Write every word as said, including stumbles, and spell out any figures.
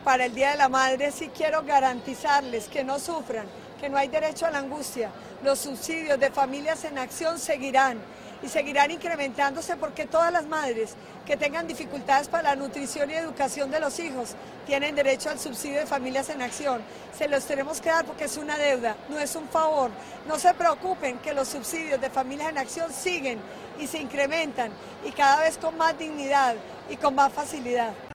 para el Día de la Madre sí quiero garantizarles que no sufran, que no hay derecho a la angustia. Los subsidios de Familias en Acción seguirán y seguirán incrementándose porque todas las madres que tengan dificultades para la nutrición y educación de los hijos tienen derecho al subsidio de Familias en Acción. Se los tenemos que dar porque es una deuda, no es un favor. No se preocupen que los subsidios de Familias en Acción siguen y se incrementan y cada vez con más dignidad y con más facilidad.